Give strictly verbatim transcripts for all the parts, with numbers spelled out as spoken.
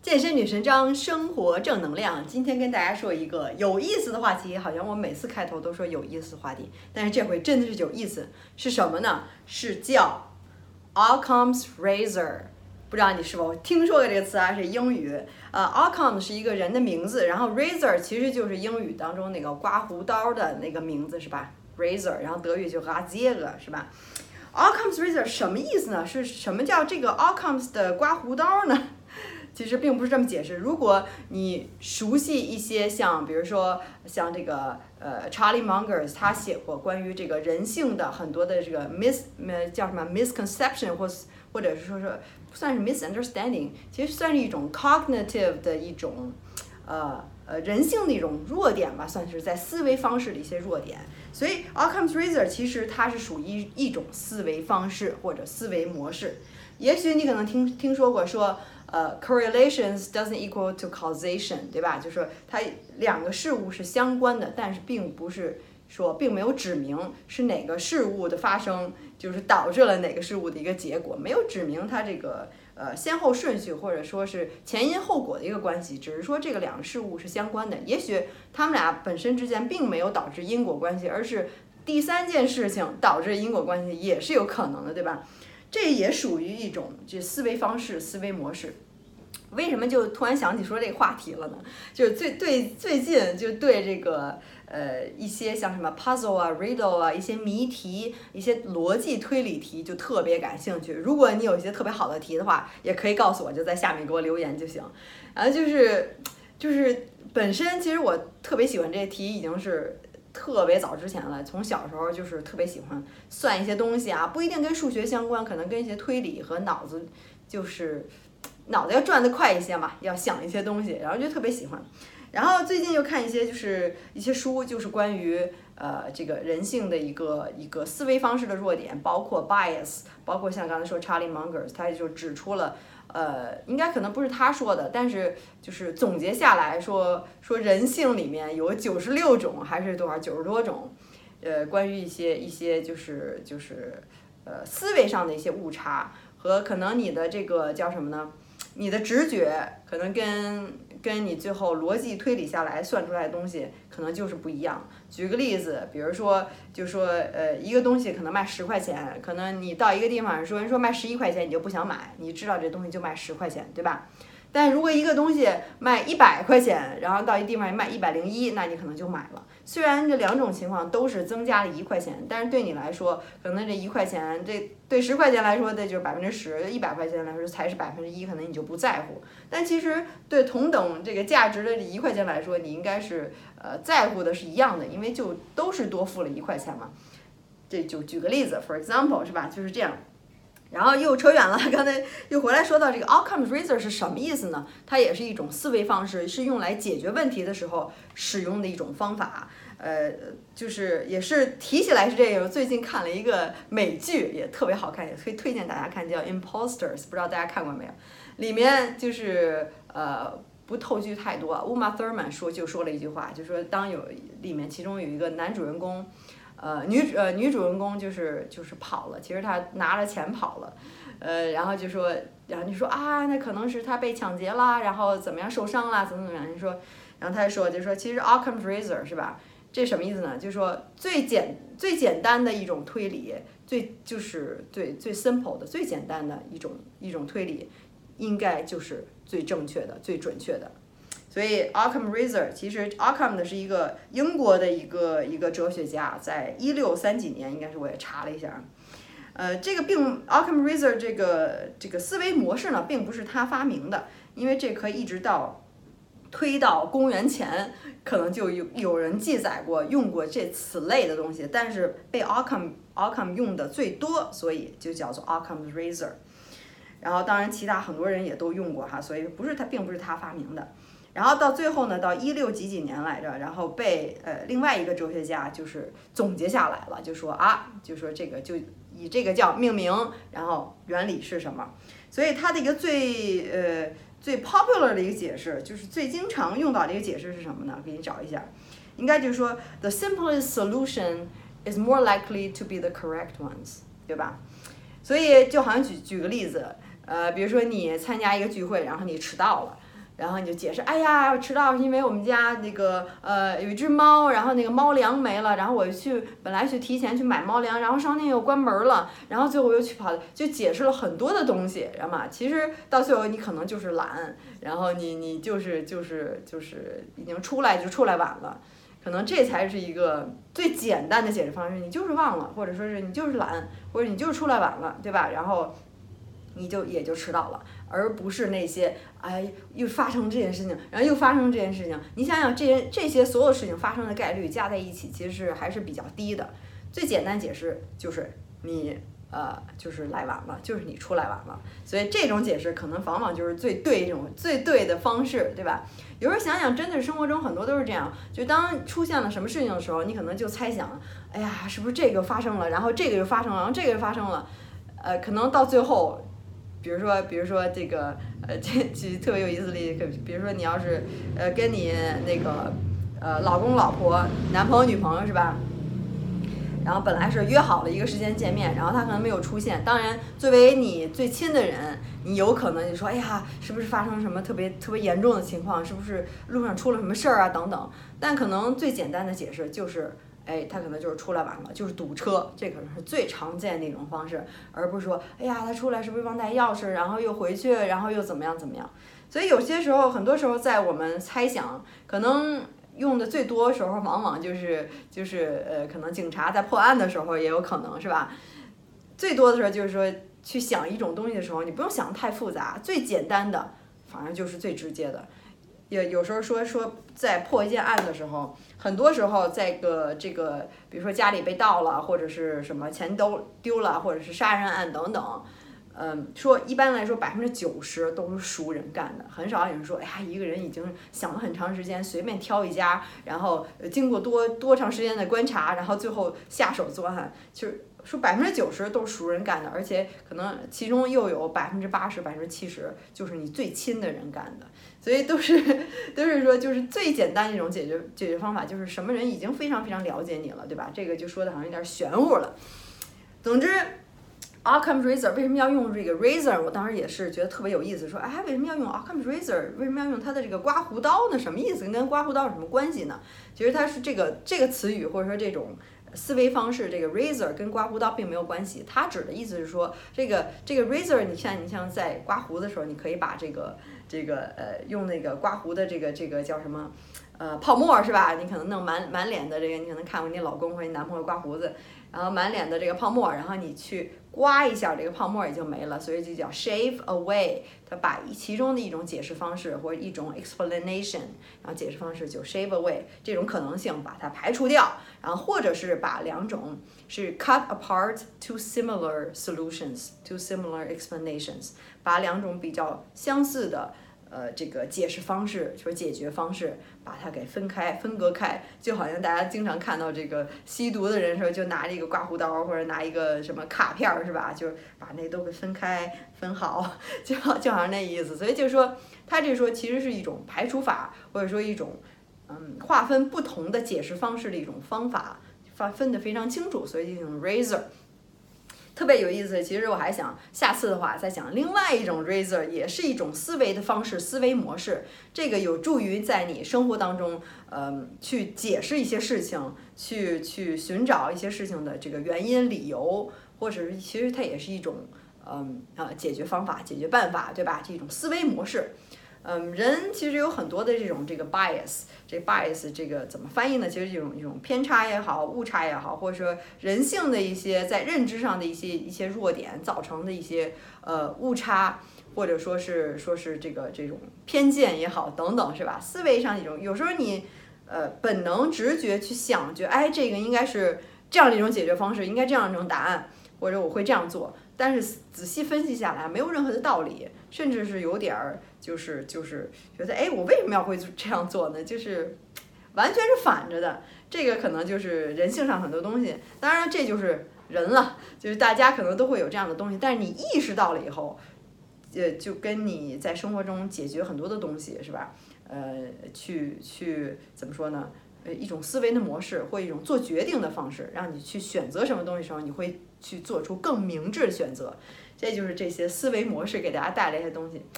健身女神张，生活正能量。今天跟大家说一个有意思的话题，好像我每次开头都说有意思的话题，但是这回真的是有意思，是什么呢？是叫 Occam's Razor。不知道你是否听说过这个词啊？是英语，呃 ，Occam 是一个人的名字，然后 Razor 其实就是英语当中那个刮胡刀的那个名字，是吧 ？Razor， 然后德语就 Razor， 是吧 ？Occam's Razor 什么意思呢？是什么叫这个 Occam's 的刮胡刀呢？其实并不是这么解释。如果你熟悉一些像，比如说像这个呃 Charlie Munger， 他写过关于这个人性的很多的这个 mis 呃叫什么 misconception 或或者是说是不算是 misunderstanding， 其实算是一种 cognitive 的一种呃呃人性的一种弱点吧，算是在思维方式的一些弱点。所以 Occam's Razor 其实它是属于一种思维方式或者思维模式。也许你可能听听说过说。呃、uh, ，correlations doesn't equal to causation， 对吧？就是说它两个事物是相关的，但是并不是说并没有指明是哪个事物的发生就是导致了哪个事物的一个结果，没有指明它这个呃先后顺序或者说是前因后果的一个关系，只是说这个两个事物是相关的。也许他们俩本身之间并没有导致因果关系，而是第三件事情导致因果关系也是有可能的，对吧？这也属于一种这思维方式、思维模式。为什么就突然想起说这个话题了呢？就是最对最近就对这个呃一些像什么 puzzle 啊、riddle 啊一些谜题、一些逻辑推理题就特别感兴趣。如果你有一些特别好的题的话，也可以告诉我，就在下面给我留言就行。然后就是就是本身其实我特别喜欢这些题，已经是。特别早之前了，从小时候就是特别喜欢算一些东西啊，不一定跟数学相关，可能跟一些推理和脑子，就是脑子要转得快一些嘛，要想一些东西，然后就特别喜欢。然后最近又看一些就是一些书，就是关于呃这个人性的一个一个思维方式的弱点，包括 bias， 包括像刚才说 Charlie Munger， 他就指出了。呃，应该可能不是他说的，但是就是总结下来说，说人性里面有九十六种还是多少九十多种，呃，关于一些一些就是就是呃思维上的一些误差和可能你的这个叫什么呢？你的直觉可能跟跟你最后逻辑推理下来算出来的东西可能就是不一样。举个例子，比如说，就说呃一个东西可能卖十块钱，可能你到一个地方说人说卖十一块钱，你就不想买，你知道这东西就卖十块钱，对吧？但如果一个东西卖一百块钱，然后到一地方卖一百零一，那你可能就买了。虽然这两种情况都是增加了一块钱，但是对你来说，可能这一块钱，这对十块钱来说，这就是百分之十；一百块钱来说才是百分之一，可能你就不在乎。但其实对同等这个价值的这一块钱来说，你应该是呃在乎的是一样的，因为就都是多付了一块钱嘛。这就举个例子 ，for example 是吧？就是这样。然后又扯远了，刚才又回来说到这个 Occam's Razor 是什么意思呢？它也是一种思维方式，是用来解决问题的时候使用的一种方法。呃，就是也是提起来是这个，最近看了一个美剧，也特别好看，也推推荐大家看，叫 Imposters， 不知道大家看过没有？里面就是呃不透剧太多 ，Uma Thurman 说就说了一句话，就说当有里面其中有一个男主人公。呃，女呃女主人公就是就是跑了，其实她拿了钱跑了，呃，然后就说，然后你说啊，那可能是她被抢劫啦，然后怎么样受伤啦，怎么怎么样？你说，然后他说就说，其实 Occam's Razor 是吧？这什么意思呢？就是说最简最简单的一种推理，最就是最最 simple 的最简单的一种一种推理，应该就是最正确的、最准确的。所以 Occam's Razor 其实 Occam 的是一个英国的一个一个哲学家，在一六三几年，应该是我也查了一下，呃，这个并 Occam's Razor 这个这个思维模式呢，并不是他发明的，因为这可以一直到推到公元前，可能就有有人记载过用过这此类的东西，但是被 Occam Occam 用的最多，所以就叫做 Occam's Razor。然后当然其他很多人也都用过哈，所以不是他，并不是他发明的。然后到最后呢，到一六几几年来着，然后被呃另外一个哲学家就是总结下来了，就说啊，就说这个就以这个叫命名，然后原理是什么？所以它的一个最呃最 popular 的一个解释，就是最经常用到的一个解释是什么呢？给你找一下，应该就是说 the simplest solution is more likely to be the correct ones， 对吧？所以就好像举举个例子，呃，比如说你参加一个聚会，然后你迟到了。 然后你就解释，哎呀，迟到是因为我们家那个呃有一只猫，然后那个猫粮没了，然后我去本来去提前去买猫粮，然后商店又关门了，然后最后我又去跑，就解释了很多的东西，知道吗？其实到最后你可能就是懒，然后你你就是就是就是已经出来就出来晚了，可能这才是一个最简单的解释方式，你就是忘了，或者说是你就是懒，或者你就是出来晚了，对吧？然后你就也就迟到了。而不是那些哎又发生这件事情，然后又发生这件事情，你想想这些这些所有事情发生的概率加在一起，其实是还是比较低的。最简单解释就是你呃就是来晚了，就是你出来晚了，所以这种解释可能往往就是最对这种最对的方式，对吧？有时候想想，真的生活中很多都是这样，就当出现了什么事情的时候，你可能就猜想，哎呀，是不是这个发生了，然后这个又发生了，然后这个又发生了，呃，可能到最后。比如说，比如说这个，呃，这这特别有意思的例子，比如说你要是，呃，跟你那个，呃，老公、老婆、男朋友、女朋友是吧？然后本来是约好了一个时间见面，然后他可能没有出现。当然，作为你最亲的人，你有可能就说，哎呀，是不是发生什么特别特别严重的情况？是不是路上出了什么事儿啊？等等。但可能最简单的解释就是。哎，他可能就是出来晚了，就是堵车，这可能是最常见的一种方式，而不是说，哎呀，他出来是不是忘带钥匙，然后又回去，然后又怎么样怎么样。所以有些时候，很多时候在我们猜想，可能用的最多时候，往往就是就是呃，可能警察在破案的时候也有可能是吧？最多的时候就是说，去想一种东西的时候，你不用想太复杂，最简单的，反而就是最直接的。也有时候说说在破一件案的时候，很多时候在个这个，比如说家里被盗了，或者是什么钱都丢了，或者是杀人案等等，嗯，说一般来说百分之九十都是熟人干的，很少有人说，哎呀，一个人已经想了很长时间，随便挑一家，然后经过多多长时间的观察，然后最后下手作案，就是说百分之九十都是熟人干的，而且可能其中又有百分之八十、百分之七十就是你最亲的人干的。所以都是都是说，就是最简单的一种解决解决方法，就是什么人已经非常非常了解你了，对吧？这个就说的好像有点玄乎了。总之 ，Occam's razor 为什么要用这个 razor？ 我当时也是觉得特别有意思，说哎，为什么要用 Occam's razor？ 为什么要用它的这个刮胡刀呢？什么意思？跟刮胡刀有什么关系呢？其实它是这个这个词语或者说这种思维方式，这个 razor 跟刮胡刀并没有关系。它指的意思是说，这个这个 razor， 你像你像在刮胡的时候，你可以把这个。这个呃，用那个刮胡的这个这个叫什么，呃，泡沫是吧？你可能弄满满脸的这个，你可能看过你老公或者你男朋友刮胡子，然后满脸的这个泡沫，然后你去刮一下，这个泡沫也就没了，所以就叫 shave away。它把其中的一种解释方式或者一种 explanation， 然后解释方式就 shave away 这种可能性把它排除掉，然后或者是把两种是 cut apart two similar solutions, two similar explanations， 把两种比较相似的。呃，这个解释方式就是解决方式，把它给分开、分割开，就好像大家经常看到这个吸毒的人时候，就拿着一个刮胡刀或者拿一个什么卡片儿，是吧？就把那都给分开、分好，就好就好像那意思。所以就是说，他这说其实是一种排除法，或者说一种嗯划分不同的解释方式的一种方法，分分得非常清楚，所以就用 razor。特别有意思，其实我还想下次的话再讲另外一种 razor， 也是一种思维的方式、思维模式。这个有助于在你生活当中，呃，去解释一些事情，去去寻找一些事情的这个原因、理由，或者是其实它也是一种，嗯啊、呃、解决方法、解决办法，对吧？这种思维模式。嗯，人其实有很多的这种这个 bias， 这 bias 这个怎么翻译呢？其实这种一种偏差也好，误差也好，或者说人性的一些在认知上的一些一些弱点造成的一些呃误差，或者说是说是这个这种偏见也好等等，是吧？思维上一种，有时候你呃本能直觉去想，觉得哎这个应该是这样的一种解决方式，应该这样一种答案，或者我会这样做。但是仔细分析下来，没有任何的道理，甚至是有点儿就是就是觉得，哎，我为什么要会这样做呢？就是完全是反着的。这个可能就是人性上很多东西，当然这就是人了，就是大家可能都会有这样的东西，但是你意识到了以后，呃，就跟你在生活中解决很多的东西是吧？呃，去去怎么说呢？呃，一种思维的模式或一种做决定的方式，让你去选择什么东西的时候，你会去做出更明智的选择。这就是这些思维模式给大家带来一些东西。所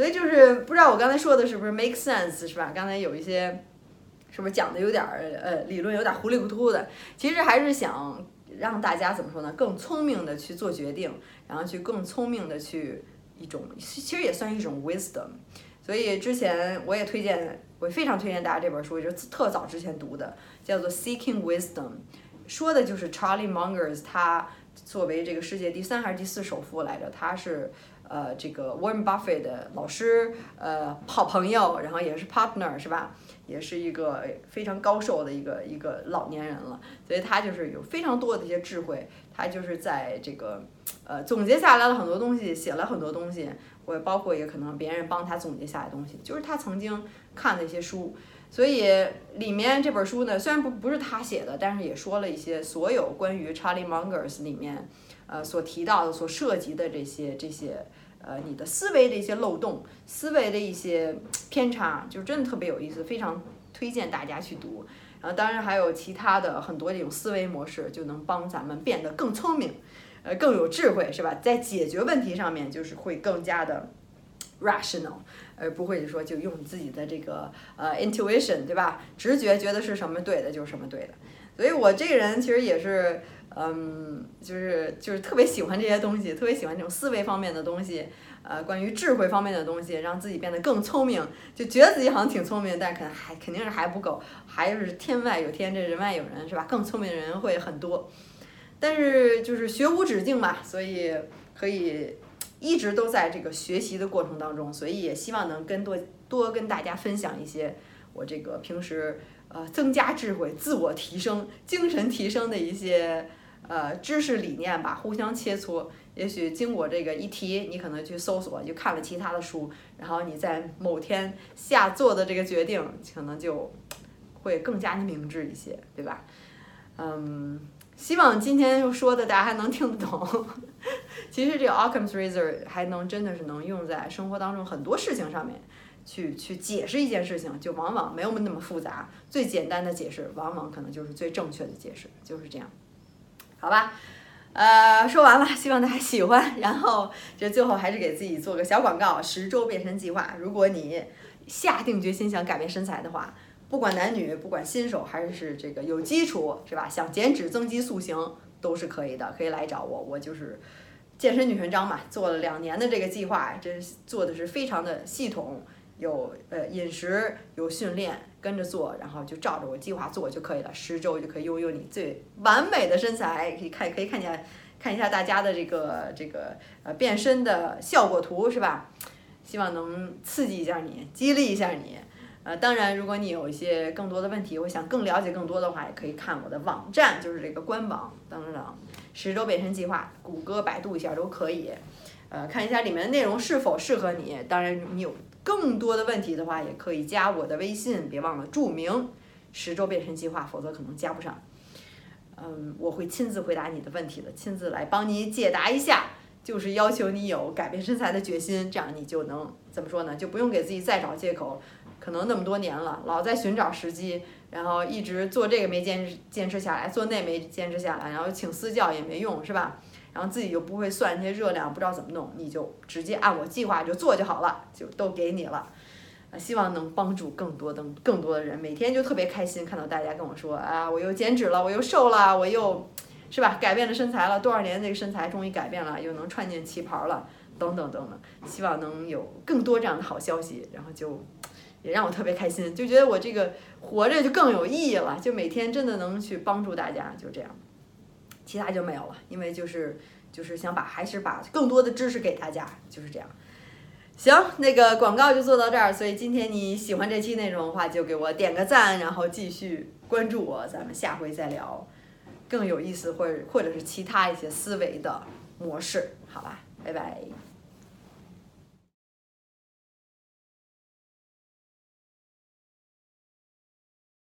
所以就是不知道我刚才说的是不是 make sense 是吧？刚才有一些是不是讲的有点呃理论有点糊里糊涂的？其实还是想让大家怎么说呢？更聪明的去做决定，然后去更聪明的去一种，其实也算是一种 wisdom。所以之前我也推荐，我非常推荐大家这本书，也是特早之前读的，叫做《Seeking Wisdom》，说的就是 Charlie Munger， 他作为这个世界第三还是第四首富来着，他是呃这个 Warren Buffett 的老师，呃好朋友，然后也是 partner 是吧？也是一个非常高寿的一个一个老年人了，所以他就是有非常多的一些智慧，他就是在这个呃总结下来了很多东西，写了很多东西，我包括也可能别人帮他总结下来的东西，就是他曾经看的一些书，所以里面这本书呢，虽然不不是他写的，但是也说了一些所有关于 Charlie Munger 里面呃所提到的、所涉及的这些这些。呃，你的思维的一些漏洞，思维的一些偏差，就真的特别有意思，非常推荐大家去读。然后当然还有其他的很多这种思维模式，就能帮咱们变得更聪明，呃，更有智慧，是吧？在解决问题上面，就是会更加的 rational， 而不会说就用自己的这个呃 intuition， 对吧？直觉觉得是什么对的就是什么对的。所以我这个人其实也是。嗯，就是就是特别喜欢这些东西，特别喜欢这种思维方面的东西，呃，关于智慧方面的东西，让自己变得更聪明，就觉得自己好像挺聪明，但可能还肯定是还不够，还是天外有天，这人外有人，是吧？更聪明的人会很多，但是就是学无止境嘛，所以可以一直都在这个学习的过程当中，所以也希望能跟多多跟大家分享一些我这个平时呃增加智慧、自我提升、精神提升的一些。呃，知识理念吧，互相切磋。也许经过这个一提，你可能去搜索，就看了其他的书，然后你在某天下做的这个决定，可能就会更加的明智一些，对吧？嗯，希望今天说的大家还能听得懂。其实这个 Occam's Razor 还能真的是能用在生活当中很多事情上面，去去解释一件事情，就往往没有那么复杂，最简单的解释，往往可能就是最正确的解释，就是这样。好吧，呃，说完了，希望大家喜欢。然后这最后还是给自己做个小广告：十周变身计划。如果你下定决心想改变身材的话，不管男女，不管新手还是这个有基础，是吧？想减脂、增肌、塑形都是可以的，可以来找我。我就是健身女神张嘛，做了两年的这个计划，这做的是非常的系统。有呃饮食，有训练，跟着做，然后就照着我计划做就可以了。十周就可以拥有你最完美的身材，可以看可以看见看一下大家的这个这个呃变身的效果图，是吧？希望能刺激一下你，激励一下你。呃，当然，如果你有一些更多的问题，我想更了解更多的话，也可以看我的网站，就是这个官网等等。十周变身计划，谷歌、百度一下都可以。呃，看一下里面的内容是否适合你。当然，你有更多的问题的话，也可以加我的微信，别忘了注明十周变身计划，否则可能加不上。嗯，我会亲自回答你的问题的，亲自来帮你解答一下，就是要求你有改变身材的决心，这样你就能怎么说呢？就不用给自己再找借口，可能那么多年了，老在寻找时机，然后一直做这个没坚持坚持下来，做那没坚持下来，然后请私教也没用，是吧？然后自己又不会算那些热量，不知道怎么弄，你就直接按我计划就做就好了，就都给你了。呃，希望能帮助更多的更多的人，每天就特别开心，看到大家跟我说啊，我又减脂了，我又瘦了，我又，是吧？改变了身材了，多少年这个身材终于改变了，又能穿进旗袍了，等等等等。希望能有更多这样的好消息，然后就也让我特别开心，就觉得我这个活着就更有意义了，就每天真的能去帮助大家，就这样。其他就没有了，因为就是就是想把还是把更多的知识给大家，就是这样。行，那个广告就做到这儿，所以今天你喜欢这期内容的话，就给我点个赞，然后继续关注我，咱们下回再聊更有意思或者或者是其他一些思维的模式，好吧，拜拜。